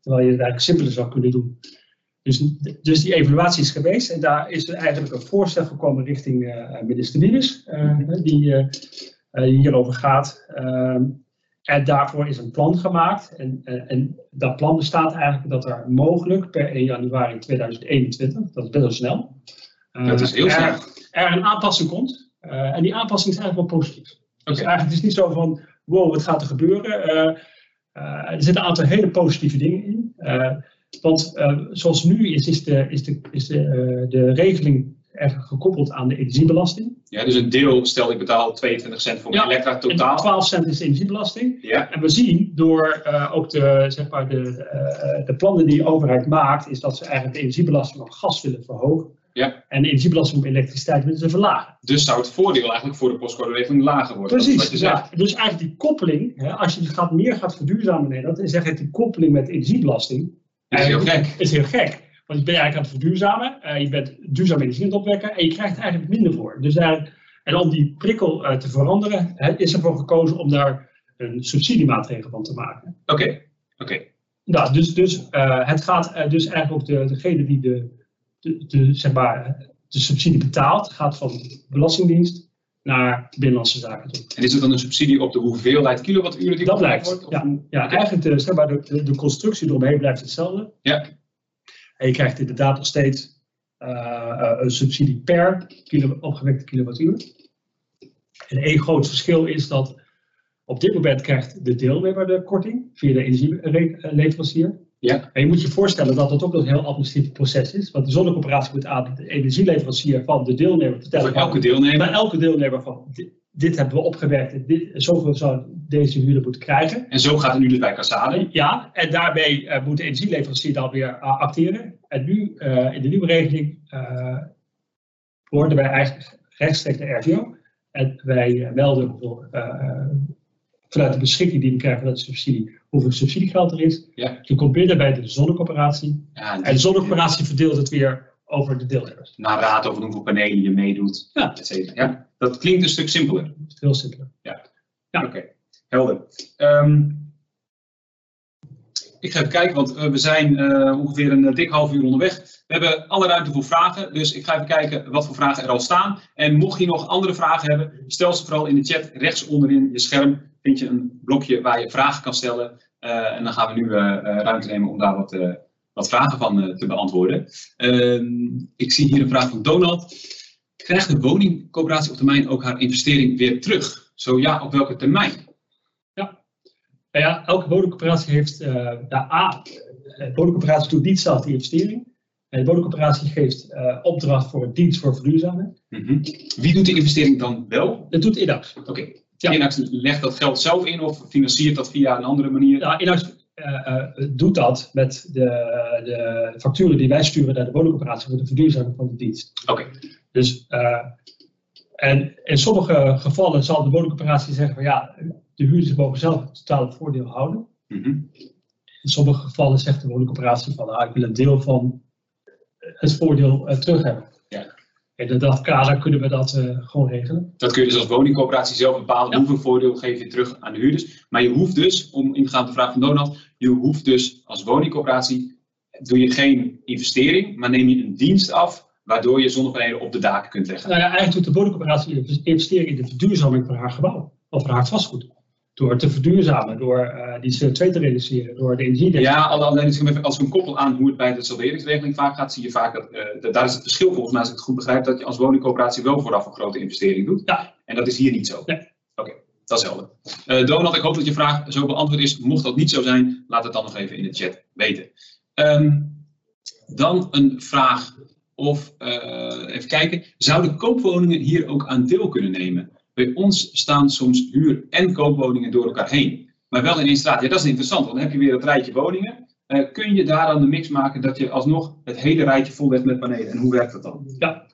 terwijl je het eigenlijk simpeler zou kunnen doen. Dus, dus die evaluatie is geweest en daar is er eigenlijk een voorstel gekomen richting uh, minister Wiebes, uh, die uh, uh, hierover gaat. Uh, en daarvoor is een plan gemaakt en, uh, en dat plan bestaat eigenlijk dat er mogelijk per één januari tweeduizend eenentwintig, dat is best wel snel, uh, dat is heel snel. Er, er een aanpassing komt. Uh, en die aanpassing is eigenlijk wel positief. Dus okay. eigenlijk het is niet zo van, wow, wat gaat er gebeuren? Uh, uh, er zitten een aantal hele positieve dingen in. Uh, Want uh, zoals het nu is, is de, is de, is de, uh, de regeling eigenlijk gekoppeld aan de energiebelasting. Ja, dus een deel, stel ik betaal tweeëntwintig cent voor mijn ja, elektra totaal. twaalf cent is de energiebelasting. Ja. En we zien door uh, ook de, zeg maar de, uh, de plannen die de overheid maakt, is dat ze eigenlijk de energiebelasting op gas willen verhogen. Ja. En de energiebelasting op elektriciteit willen ze verlagen. Dus zou het voordeel eigenlijk voor de postcoderegeling lager worden? Precies, je ja. Dus eigenlijk die koppeling, hè, als je gaat, meer gaat verduurzamen in Nederland, dan is eigenlijk die koppeling met de energiebelasting. Is heel gek. Is heel gek. Want je bent eigenlijk aan het verduurzamen, uh, je bent duurzaam energie aan het opwekken en je krijgt er eigenlijk minder voor. Dus eigenlijk, en om die prikkel uh, te veranderen, hè, is ervoor gekozen om daar een subsidiemaatregel van te maken. Oké, okay. oké. Okay. Nou, dus dus uh, het gaat uh, dus eigenlijk ook de, degene die de, de, de, zeg maar, de subsidie betaalt, gaat van de Belastingdienst naar Binnenlandse Zaken toe. En is het dan een subsidie op de hoeveelheid kilowatturen die dat blijft? wordt? Ja, hoe... ja okay. eigenlijk de, zeg maar, de, de, de constructie eromheen blijft hetzelfde. Ja. En je krijgt inderdaad nog steeds uh, uh, een subsidie per kilo, opgewekte kilowattuur. En één groot verschil is dat op dit moment krijgt de deelnemer de korting via de energieleverancier. Ja. En je moet je voorstellen dat dat ook een heel administratief proces is. Want de zonnecoöperatie moet aan de energieleverancier van de deelnemer vertellen. Voor elke deelnemer? Bij elke deelnemer van dit, dit hebben we opgewerkt. Dit, zoveel zou deze huurder moeten krijgen. En zo gaat het nu dus bij Cassade? Ja, en daarmee uh, moet de energieleverancier dan weer uh, acteren. En nu, uh, in de nieuwe regeling, uh, worden wij eigenlijk rechtstreeks de R V O. En wij uh, melden voor, uh, vanuit de beschikking die we krijgen vanuit de subsidie, hoeveel subsidiegeld er is. Ja. Je komt binnen bij de zonnecoöperatie. Ja, en, en de zonnecoöperatie verdeelt het weer over de deelnemers. Na raad over hoeveel panelen je meedoet, ja. et cetera. Ja, dat klinkt een stuk simpeler. Heel simpeler. Ja, ja. Oké. Okay. Helder. Um, ik ga even kijken, want uh, we zijn uh, ongeveer een uh, dik half uur onderweg. We hebben alle ruimte voor vragen, dus ik ga even kijken wat voor vragen er al staan. En mocht je nog andere vragen hebben, stel ze vooral in de chat. Rechts onderin je scherm vind je een blokje waar je vragen kan stellen. Uh, en dan gaan we nu uh, uh, ruimte nemen om daar wat, uh, wat vragen van uh, te beantwoorden. Uh, ik zie hier een vraag van Donald. Krijgt de woningcoöperatie op termijn ook haar investering weer terug? Zo ja, op welke termijn? Nou ja, elke woningcoöperatie heeft, uh, de A, de woningcoöperatie doet niet zelf die investering. En de woningcoöperatie geeft uh, opdracht voor een dienst voor verduurzaming. Mm-hmm. Wie doet die investering dan wel? Dat doet Inax. Oké, okay. Ja. Inax legt dat geld zelf in of financiert dat via een andere manier? Ja, Inax uh, uh, doet dat met de, de facturen die wij sturen naar de woningcoöperatie voor de verduurzaming van de dienst. Oké. Okay. Dus, uh, en in sommige gevallen zal de woningcoöperatie zeggen van ja, de huurders mogen zelf het totale voordeel houden. Mm-hmm. In sommige gevallen zegt de woningcoöperatie van nou, ik wil een deel van het voordeel uh, terug hebben. Ja. In dat kader kunnen we dat uh, gewoon regelen. Dat kun je dus als woningcoöperatie zelf bepalen. Ja. Hoeveel voordeel geef je terug aan de huurders. Maar je hoeft dus, om in te gaan op de vraag van Donald, je hoeft dus als woningcoöperatie, doe je geen investering, maar neem je een dienst af, waardoor je zonnepanelen op de daken kunt leggen. Nou ja, eigenlijk doet de woningcoöperatie investeren in de verduurzaming van haar gebouw. Of van haar vastgoed. Door te verduurzamen, door uh, die C O twee te reduceren, door de energie... Ja, alleen als we een koppel aan hoe het bij de salderingsregeling vaak gaat, zie je vaak dat, uh, dat daar is het verschil volgens mij, als ik het goed begrijp, dat je als woningcoöperatie wel vooraf een grote investering doet. Ja. En dat is hier niet zo. Nee. Oké, okay, dat is helder. Uh, Donald, ik hoop dat je vraag zo beantwoord is. Mocht dat niet zo zijn, laat het dan nog even in de chat weten. Um, dan een vraag of, uh, even kijken, zouden koopwoningen hier ook aan deel kunnen nemen? Bij ons staan soms huur- en koopwoningen door elkaar heen. Maar wel in één straat. Ja, dat is interessant, want dan heb je weer het rijtje woningen. Uh, kun je daar dan de mix maken dat je alsnog het hele rijtje vollegt met panelen? En hoe werkt dat dan? Ja,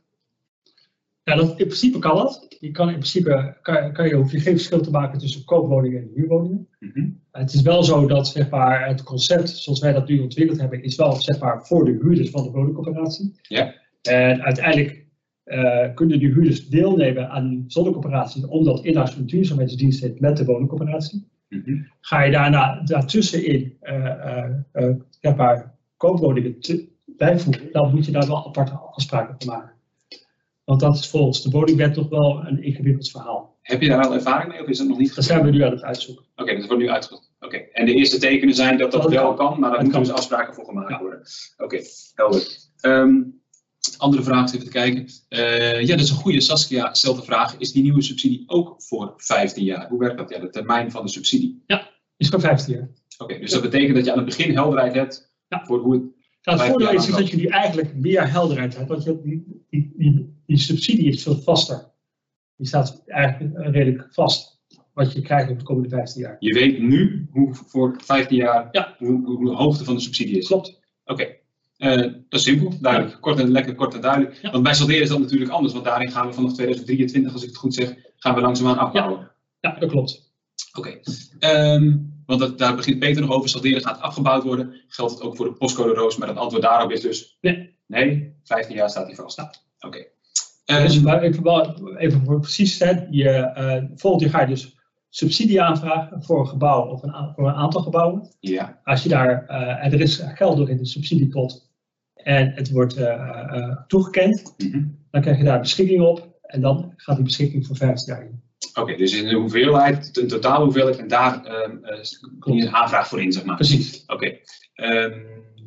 ja dat, in principe kan dat. Je kan in principe, kan, kan je, hoef je geen verschil te maken tussen koopwoningen en huurwoningen. Mm-hmm. Uh, het is wel zo dat zeg maar, het concept zoals wij dat nu ontwikkeld hebben, is wel zeg maar, voor de huurders van de woningcoöperatie. Ja. En uiteindelijk Uh, kunnen de huurders deelnemen aan zonnecoöperatie omdat Inax een duurzaamheidsdienst heeft met de woningcoöperatie. Mm-hmm. Ga je daarna daartussenin uh, uh, uh, ja, paar koopwoningen te, bijvoegen, dan moet je daar wel aparte afspraken van maken. Want dat is volgens de woningwet toch wel een ingewikkeld verhaal. Heb je daar al ervaring mee of is dat nog niet? Dat zijn we nu aan het uitzoeken. Oké, okay, dat wordt nu uitgezocht. Oké, okay. En de eerste tekenen zijn dat dat, dat wel kan, kan maar daar moeten dus afspraken voor gemaakt ja. worden. Oké, okay, helder. Um, andere vraag, even te kijken. Uh, ja, dat is een goede. Saskia stelt de vraag, is die nieuwe subsidie ook voor vijftien jaar? Hoe werkt dat? Ja, de termijn van de subsidie. Ja, is voor vijftien jaar. Oké, okay, dus ja. dat betekent dat je aan het begin helderheid hebt ja. voor hoe het... Nou, het voordeel is dus dat je nu eigenlijk meer helderheid hebt, want je, die, die, die, die subsidie is veel vaster. Die staat eigenlijk redelijk vast, wat je krijgt op de komende vijftien jaar. Je weet nu hoe voor vijftien jaar ja. hoe, hoe de hoogte van de subsidie is. Klopt. Oké, okay. uh, dat is simpel, duidelijk, ja. kort en lekker kort en duidelijk. Ja. Want bij salderen is dat natuurlijk anders, want daarin gaan we vanaf tweeduizend drieëntwintig, als ik het goed zeg, gaan we langzaamaan afbouwen. Ja, ja dat klopt. Oké. Okay. Um, Want dat, daar begint Peter nog over, salderen gaat afgebouwd worden. Geldt het ook voor de postcode roos, maar het antwoord daarop is dus... Nee. Nee, vijftien jaar staat hij vast. Ja. Oké. Okay. Um, dus even, even voor precies zijn, je, uh, volgend jaar ga je dus subsidie aanvragen voor een gebouw of een, voor een aantal gebouwen. Ja. Als je daar, uh, en er is geld door in de subsidiepot en het wordt uh, uh, toegekend, mm-hmm. dan krijg je daar beschikking op en dan gaat die beschikking voor vijftien jaar in. Oké, okay, dus in de hoeveelheid, een totale hoeveelheid en daar um, uh, komt je een aanvraag voor in, zeg maar. Precies. Oké, okay. um,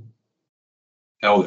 helder.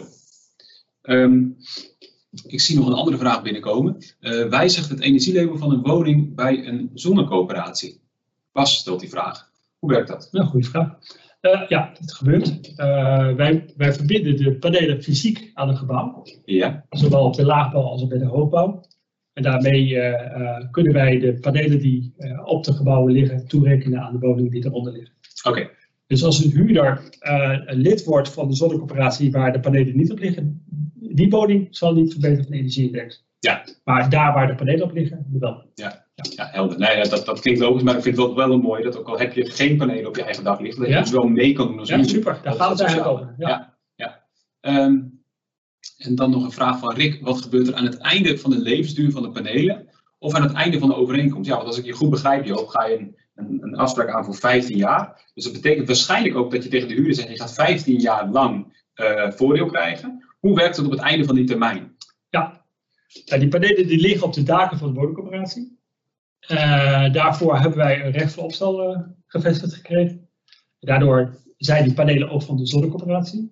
Um, ik zie nog een andere vraag binnenkomen. Uh, wijzigt het energielabel van een woning bij een zonnecoöperatie? Bas stelt die vraag. Hoe werkt dat? Ja, goede vraag. Uh, ja, dat gebeurt. Uh, wij, wij verbinden de panelen fysiek aan een gebouw. Ja. Zowel op de laagbouw als bij de hoogbouw. En daarmee uh, uh, kunnen wij de panelen die uh, op de gebouwen liggen toerekenen aan de woningen die eronder liggen. Oké. Okay. Dus als een huurder uh, een lid wordt van de zonnecoöperatie waar de panelen niet op liggen, die woning zal niet verbeteren van de energieindex. Ja. Maar daar waar de panelen op liggen, wel. Ja, ja. ja helder. Nee, dat, dat klinkt logisch, maar ik vind het wel, wel een mooi dat ook al heb je geen panelen op je eigen dak liggen, dat je ja? dus wel mee kan doen als ja, huurder. Super. Daar gaat het eigenlijk over. Ja. ja, ja. Um, En dan nog een vraag van Rick. Wat gebeurt er aan het einde van de levensduur van de panelen? Of aan het einde van de overeenkomst? Ja, want als ik je goed begrijp, Joop, ga je een, een, een afspraak aan voor vijftien jaar. Dus dat betekent waarschijnlijk ook dat je tegen de huurder zegt, je gaat vijftien jaar lang uh, voordeel krijgen. Hoe werkt het op het einde van die termijn? Ja, ja die panelen die liggen op de daken van de woningcoöperatie. Uh, daarvoor hebben wij een recht van opstel uh, gevestigd gekregen. Daardoor zijn die panelen ook van de zonnecoöperatie.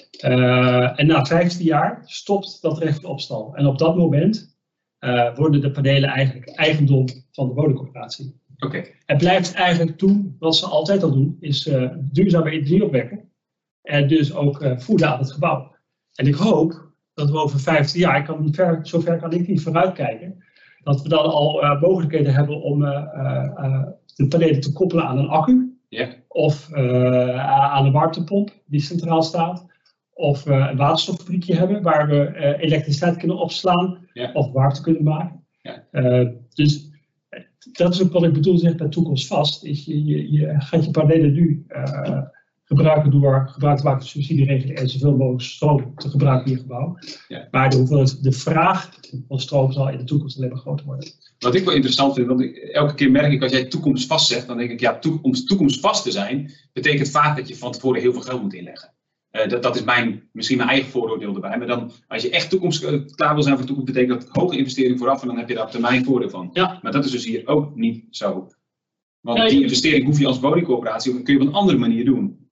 Uh, en na vijftien jaar stopt dat recht van opstal. En op dat moment uh, worden de panelen eigenlijk eigendom van de woningcoöperatie. Oké. Okay. Het blijft eigenlijk doen wat ze altijd al doen, is uh, duurzame energie opwekken. En dus ook uh, voeden aan het gebouw. En ik hoop dat we over vijftien jaar, ik kan niet ver, zover kan ik niet vooruitkijken, dat we dan al uh, mogelijkheden hebben om uh, uh, de panelen te koppelen aan een accu. Yeah. Of uh, aan een warmtepomp die centraal staat. Of uh, een waterstoffabriekje hebben waar we uh, elektriciteit kunnen opslaan. Yeah. Of warmte kunnen maken. Yeah. Uh, dus dat is ook wat ik bedoel zeg bij toekomstvast. Is je, je, je gaat je panelen nu uh, gebruiken door gebruik te maken van subsidieregeling en zoveel mogelijk stroom te gebruiken in je gebouw. Yeah. Maar de, hoeveelheid, de vraag van stroom zal in de toekomst alleen maar groter worden. Wat ik wel interessant vind, want ik, elke keer merk ik als jij toekomstvast zegt, dan denk ik ja, to, om toekomstvast te zijn, betekent vaak dat je van tevoren heel veel geld moet inleggen. Uh, dat, dat is mijn, misschien mijn eigen vooroordeel erbij. Maar dan, als je echt toekomst, uh, klaar wil zijn voor de toekomst, betekent dat hoge investering vooraf en dan heb je daar op termijn voordeel van. Ja. Maar dat is dus hier ook niet zo. Want ja, die investering hoef je als woningcoöperatie, kun je op een andere manier doen.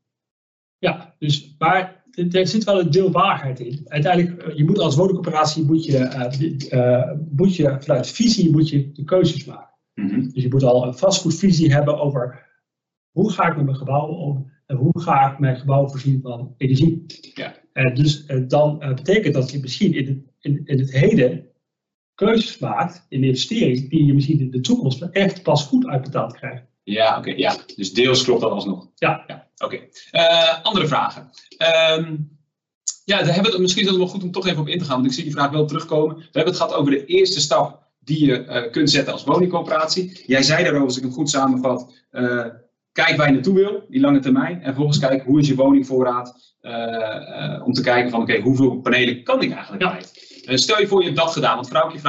Ja, dus maar er zit wel een deel waarheid in. Uiteindelijk, je moet als woningcoöperatie, moet je, uh, uh, moet je vanuit visie moet je de keuzes maken. Mm-hmm. Dus je moet al een vastgoed visie hebben over hoe ga ik met mijn gebouwen om en hoe ga ik mijn gebouw voorzien van energie. Ja. Uh, dus uh, dan uh, betekent dat je misschien in het, in, in het heden keuzes maakt in de investering die je misschien in de toekomst echt pas goed uitbetaald krijgt. Ja, oké. Okay, ja. Dus deels klopt dat alsnog. Ja. ja oké. Okay. Uh, andere vragen. Um, ja, daar hebben we het, misschien is het wel goed om toch even op in te gaan, want ik zie die vraag wel terugkomen. We hebben het gehad over de eerste stap die je uh, kunt zetten als woningcoöperatie. Jij zei daarover, als ik het goed samenvat, uh, kijk waar je naartoe wil, die lange termijn. En vervolgens kijken hoe is je woningvoorraad, uh, uh, om te kijken van oké, okay, hoeveel panelen kan ik eigenlijk kwijt? Uh, stel je voor je hebt dat gedaan, want vrouwtje vraagt,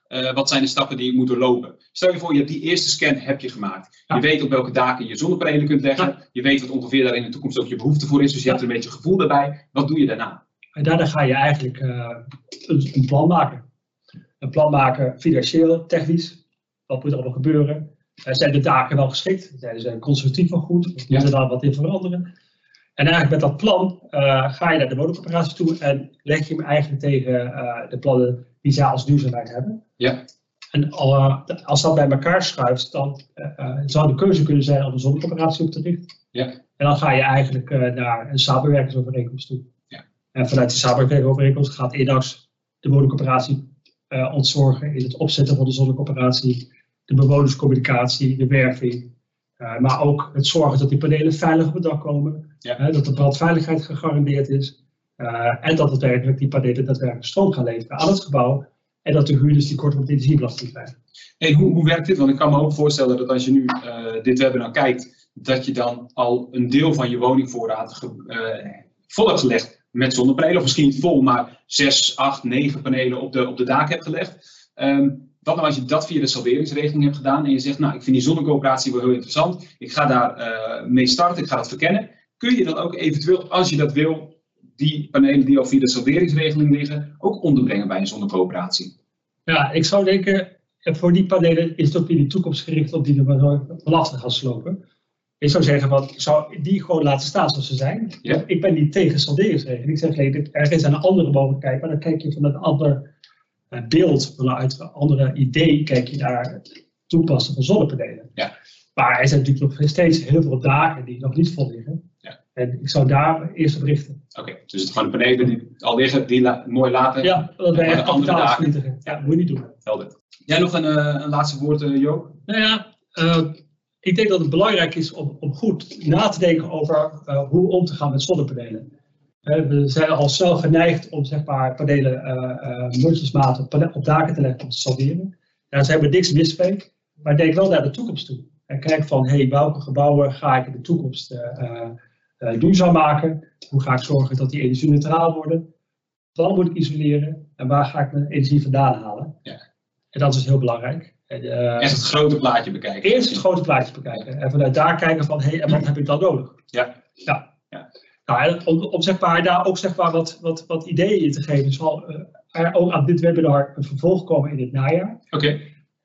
Uh, wat zijn de stappen die ik moet doorlopen? Stel je voor, je hebt die eerste scan heb je gemaakt. Ja. Je weet op welke daken je zonnepanelen kunt leggen. Ja. Je weet wat ongeveer daar in de toekomst ook je behoefte voor is. Dus je ja. hebt er een beetje gevoel daarbij. Wat doe je daarna? En daarna ga je eigenlijk uh, een, een plan maken. Een plan maken financieel, technisch. Wat moet er allemaal gebeuren? Uh, zijn de daken wel geschikt? Zijn ze constructief wel goed? Of moeten ja. er daar wat in veranderen? En eigenlijk met dat plan uh, ga je naar de woningcorporatie toe en leg je hem eigenlijk tegen uh, de plannen die zij als duurzaamheid hebben. Ja. En uh, als dat bij elkaar schuift, dan uh, zou de keuze kunnen zijn om een zonnecoöperatie op te richten. Ja. En dan ga je eigenlijk uh, naar een samenwerkingsovereenkomst toe. Ja. En vanuit die samenwerkingsovereenkomst gaat Inax de woningcorporatie uh, ontzorgen in het opzetten van de zonnecoöperatie, de bewonerscommunicatie, de werving. Uh, maar ook het zorgen dat die panelen veilig op het dak komen. Ja. Uh, dat de brandveiligheid gegarandeerd is. Uh, en dat het werkelijk die panelen daadwerkelijk stroom gaan leveren aan het gebouw. En dat de huurders die korting op de energiebelasting krijgen. Hey, hoe, hoe werkt dit? Want ik kan me ook voorstellen dat als je nu uh, dit webinar kijkt, dat je dan al een deel van je woningvoorraad ge, uh, vol hebt gelegd met zonnepanelen. Of misschien niet vol, maar zes, acht, negen panelen op de, op de daken hebt gelegd. Um, Wat nou als je dat via de salderingsregeling hebt gedaan en je zegt, nou, ik vind die zonnecoöperatie wel heel interessant. Ik ga daar uh, mee starten, ik ga dat verkennen. Kun je dan ook eventueel, als je dat wil, die panelen die al via de salderingsregeling liggen, ook onderbrengen bij een zonnecoöperatie? Ja, ik zou denken, voor die panelen is het ook in de toekomst gericht op die er vanaf te gaan slopen. Ik zou zeggen, wat, ik zou die gewoon laten staan zoals ze zijn. Ja. Ik ben niet tegen salderingsregeling. Ik zeg alleen, er is een andere mogelijkheid, maar dan kijk je van een ander beeld, vanuit een andere idee, kijk je naar het toepassen van zonnepanelen. Ja. Maar er zijn natuurlijk nog steeds heel veel daken die nog niet vol liggen. Ja. En ik zou daar eerst op richten. Oké, okay, dus het gewoon de panelen die al liggen, die la mooi laten. Ja, dat wij echt kapitaal vernietigen. Ja, dat moet je niet doen. Helder. Jij nog een, uh, een laatste woord, uh, Joop? Nou ja, uh, ik denk dat het belangrijk is om, om goed na te denken over uh, hoe om te gaan met zonnepanelen. Uh, we zijn al snel geneigd om zeg maar, panelen uh, uh, mondjesmaat op, op daken te leggen om te salderen. Daar zijn we niks mis mee, maar denk wel naar de toekomst toe. En kijk van, hey, welke gebouwen ga ik in de toekomst uh, uh, duurzaam maken? Hoe ga ik zorgen dat die energie-neutraal worden? Wat moet ik isoleren? En waar ga ik mijn energie vandaan halen? Ja. En dat is heel belangrijk. En, uh, eerst het grote plaatje bekijken. Eerst het grote plaatje bekijken. En vanuit daar kijken van, hé, hey, en wat heb ik dan nodig? Ja. Ja. Ja. Nou, om, om zeg maar, daar ook zeg maar, wat, wat, wat ideeën in te geven, zal uh, er ook aan dit webinar een vervolg komen in het najaar. Oké. Okay.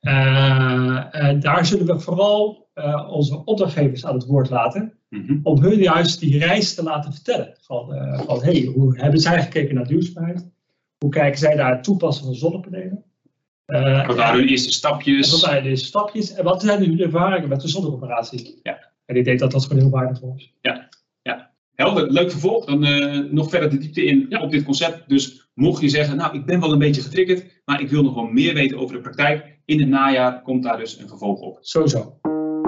Uh, en daar zullen we vooral uh, onze opdrachtgevers aan het woord laten, mm-hmm. om hun juist die reis te laten vertellen. Van, uh, van hey, hoe hebben zij gekeken naar duurzaamheid? Hoe kijken zij naar het toepassen van zonnepanelen? Uh, wat waren hun eerste stapjes? Wat waren de eerste stapjes? En wat zijn hun ervaringen met de zonnecoöperatie? Ja. En ik denk dat dat gewoon heel waardevol is. Ja. Ja. Helder, leuk vervolg. Dan uh, nog verder de diepte in ja. op dit concept. Dus mocht je zeggen, nou ik ben wel een beetje getriggerd, maar ik wil nog wel meer weten over de praktijk. In het najaar komt daar dus een vervolg op. Sowieso.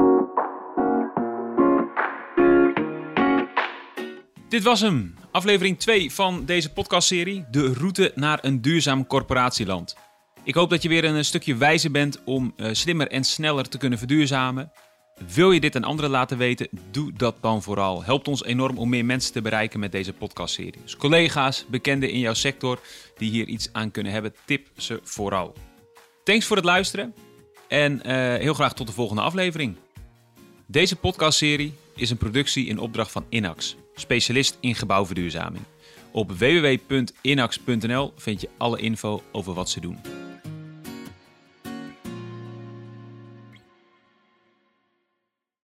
Dit was hem. Aflevering twee van deze podcastserie. De route naar een duurzaam corporatieland. Ik hoop dat je weer een stukje wijzer bent om uh, slimmer en sneller te kunnen verduurzamen. Wil je dit aan anderen laten weten? Doe dat dan vooral. Helpt ons enorm om meer mensen te bereiken met deze podcastserie. Dus collega's, bekenden in jouw sector die hier iets aan kunnen hebben, tip ze vooral. Thanks voor het luisteren en uh, heel graag tot de volgende aflevering. Deze podcastserie is een productie in opdracht van Inax, specialist in gebouwverduurzaming. Op w w w punt inax punt n l vind je alle info over wat ze doen.